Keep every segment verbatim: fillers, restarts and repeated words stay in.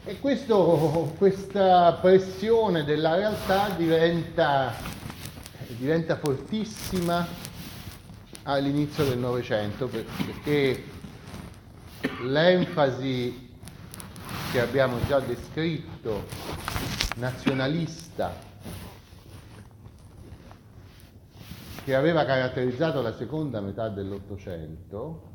E questo, questa pressione della realtà diventa, diventa fortissima all'inizio del Novecento, perché l'enfasi che abbiamo già descritto, nazionalista, che aveva caratterizzato la seconda metà dell'Ottocento,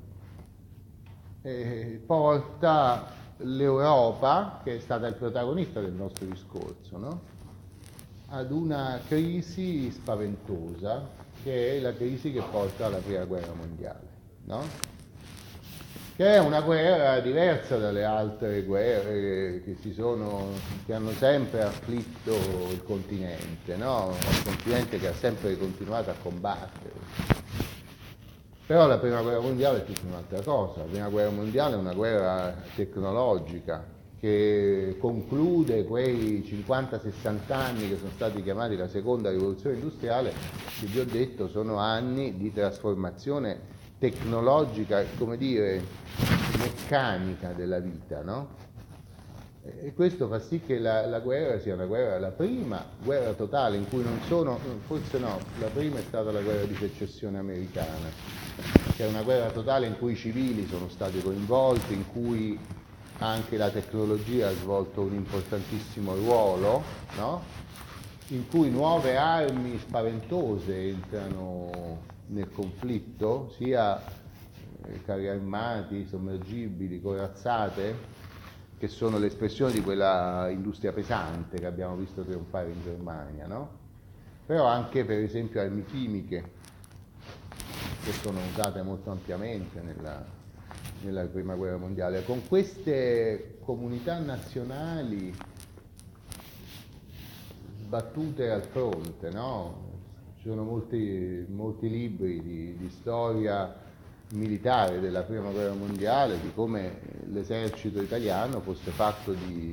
eh, porta l'Europa, che è stata il protagonista del nostro discorso, no? Ad una crisi spaventosa, che è la crisi che porta alla Prima Guerra Mondiale, no? Che è una guerra diversa dalle altre guerre che si sono, che hanno sempre afflitto il continente, no? Un continente che ha sempre continuato a combattere. Però la Prima Guerra Mondiale è tutta un'altra cosa. La Prima Guerra Mondiale è una guerra tecnologica che conclude quei cinquanta sessanta anni che sono stati chiamati la seconda rivoluzione industriale, che vi ho detto sono anni di trasformazione tecnologica, come dire, meccanica della vita, no? E questo fa sì che la, la guerra sia una guerra, la prima guerra totale in cui non sono, forse no, la prima è stata la guerra di secessione americana, che è una guerra totale in cui i civili sono stati coinvolti, in cui anche la tecnologia ha svolto un importantissimo ruolo, no? In cui nuove armi spaventose entrano nel conflitto, sia carri armati, sommergibili, corazzate, che sono l'espressione di quella industria pesante che abbiamo visto trionfare in Germania, no? Però anche per esempio armi chimiche, che sono usate molto ampiamente nella, nella Prima Guerra Mondiale. Con queste comunità nazionali sbattute al fronte, no? Ci sono molti, molti libri di, di storia militare della Prima Guerra Mondiale, di come l'esercito italiano fosse fatto di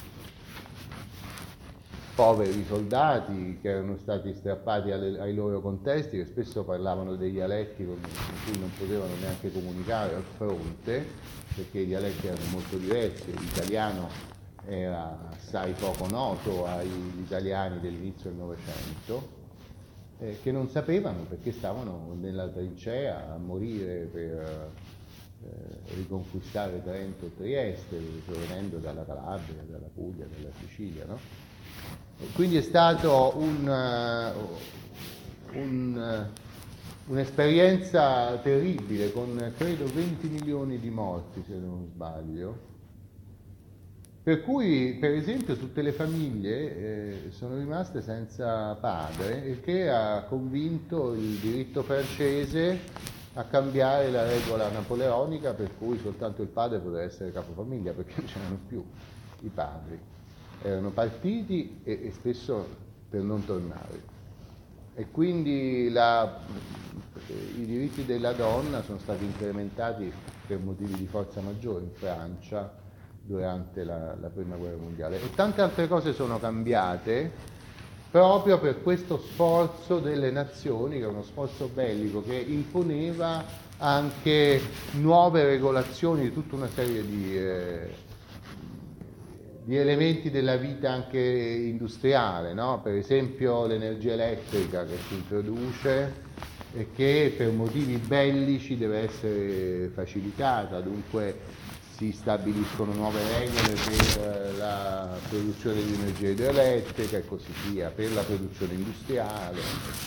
poveri soldati che erano stati strappati alle, ai loro contesti, che spesso parlavano dei dialetti con, con cui non potevano neanche comunicare al fronte, perché i dialetti erano molto diversi. L'italiano era assai poco noto agli italiani dell'inizio del Novecento, eh, che non sapevano perché stavano nella trincea a morire per eh, riconquistare Trento e Trieste, provenendo dalla Calabria, dalla Puglia, dalla Sicilia, no? E quindi è stato un, uh, un, uh, un'esperienza terribile, con credo venti milioni di morti, se non sbaglio. Per cui, per esempio, tutte le famiglie eh, sono rimaste senza padre, il che ha convinto il diritto francese a cambiare la regola napoleonica, per cui soltanto il padre poteva essere capofamiglia, perché non c'erano più i padri. Erano partiti e, e spesso per non tornare. E quindi la, i diritti della donna sono stati incrementati per motivi di forza maggiore in Francia durante la, la Prima Guerra Mondiale, e tante altre cose sono cambiate proprio per questo sforzo delle nazioni, che è uno sforzo bellico che imponeva anche nuove regolazioni di tutta una serie di, eh, di elementi della vita anche industriale, no? Per esempio l'energia elettrica che si introduce e che per motivi bellici deve essere facilitata, dunque si stabiliscono nuove regole per la produzione di energia idroelettrica e così via, per la produzione industriale.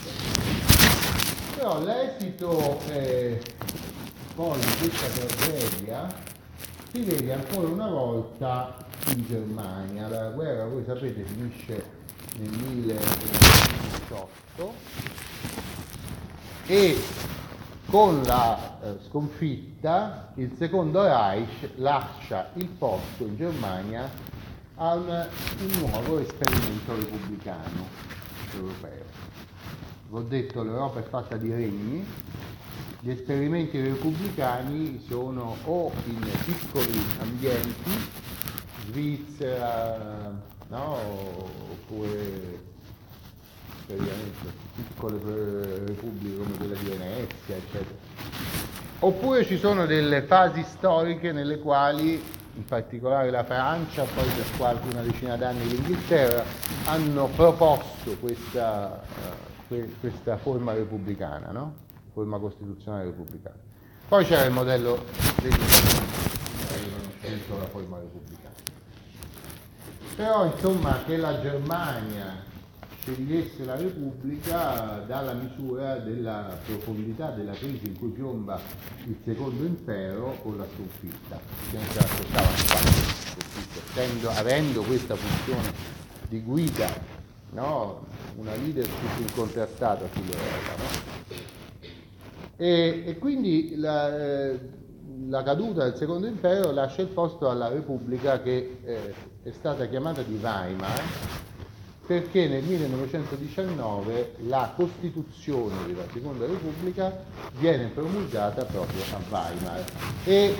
Però l'esito eh, poi di questa tragedia si vede ancora una volta in Germania. La guerra, voi sapete, finisce nel millenovecentodiciotto e con la eh, sconfitta il secondo Reich lascia il posto in Germania a un, un nuovo esperimento repubblicano europeo. Vi ho detto, l'Europa è fatta di regni, gli esperimenti repubblicani sono o in piccoli ambienti, Svizzera, no? Oppure piccole repubbliche come quella di Venezia, eccetera. Oppure ci sono delle fasi storiche nelle quali in particolare la Francia, poi per qualche una decina d'anni l'Inghilterra, hanno proposto questa, uh, questa forma repubblicana, no? Forma costituzionale repubblicana. Poi c'era il modello degli Stati Uniti, che avevano scelto la forma repubblicana. Però insomma che la Germania scegliesse la Repubblica dalla misura della profondità della crisi in cui piomba il secondo impero con la sconfitta, che non se l'aspettavano affatto, avendo questa funzione di guida, no? Una leadership incontrastata sull'Europa. No? E, e quindi la, eh, la caduta del secondo impero lascia il posto alla Repubblica che eh, è stata chiamata di Weimar, perché nel millenovecentodiciannove la Costituzione della Seconda Repubblica viene promulgata proprio a Weimar. E,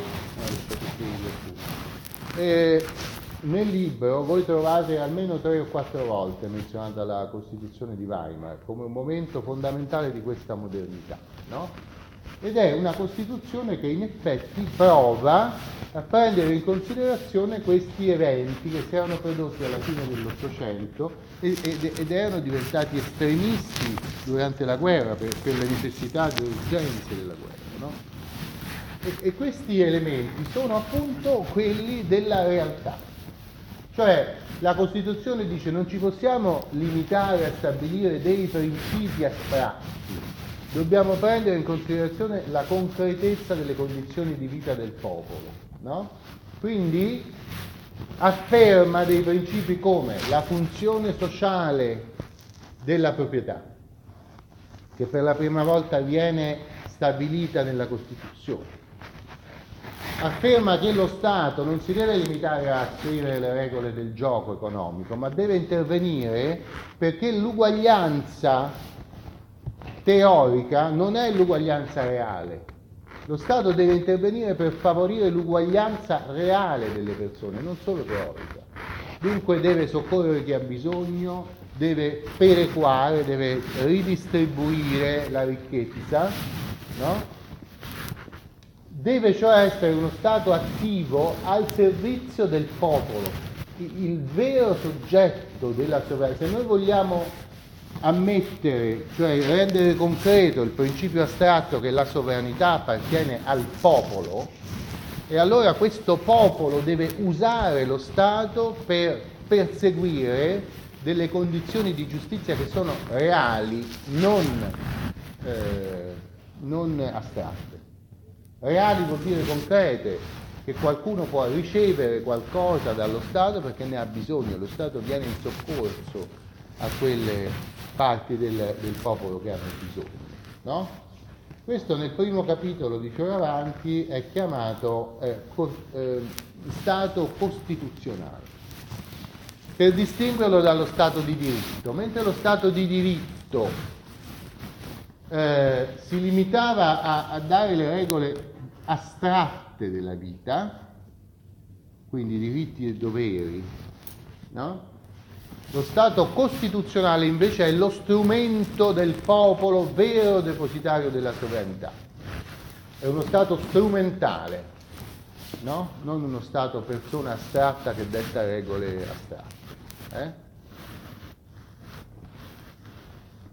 e nel libro voi trovate almeno tre o quattro volte menzionata la Costituzione di Weimar come un momento fondamentale di questa modernità, no? Ed è una Costituzione che in effetti prova a prendere in considerazione questi eventi che si erano prodotti alla fine dell'Ottocento ed, ed erano diventati estremisti durante la guerra per, per le necessità e le urgenze della guerra, no? E, e questi elementi sono appunto quelli della realtà. Cioè la Costituzione dice non ci possiamo limitare a stabilire dei principi astratti, dobbiamo prendere in considerazione la concretezza delle condizioni di vita del popolo, no? Quindi afferma dei principi come la funzione sociale della proprietà, che per la prima volta viene stabilita nella Costituzione. Afferma che lo Stato non si deve limitare a scrivere le regole del gioco economico, ma deve intervenire perché l'uguaglianza teorica non è l'uguaglianza reale. Lo Stato deve intervenire per favorire l'uguaglianza reale delle persone, non solo teorica. Dunque deve soccorrere chi ha bisogno, deve perequare, deve ridistribuire la ricchezza, no? Deve cioè essere uno Stato attivo al servizio del popolo. Il, il vero soggetto della sovranità, se noi vogliamo ammettere, cioè rendere concreto il principio astratto che la sovranità appartiene al popolo, e allora questo popolo deve usare lo Stato per perseguire delle condizioni di giustizia che sono reali, non, eh, non astratte. Reali vuol dire concrete, che qualcuno può ricevere qualcosa dallo Stato perché ne ha bisogno, lo Stato viene in soccorso a quelle parti del, del popolo che hanno bisogno, no? Questo nel primo capitolo di Fioravanti è chiamato eh, co- eh, Stato costituzionale, per distinguerlo dallo Stato di diritto. Mentre lo Stato di diritto eh, si limitava a, a dare le regole astratte della vita, quindi diritti e doveri, no? Lo Stato costituzionale invece è lo strumento del popolo vero depositario della sovranità. È uno Stato strumentale, no? Non uno Stato persona astratta che detta regole astratte. Eh?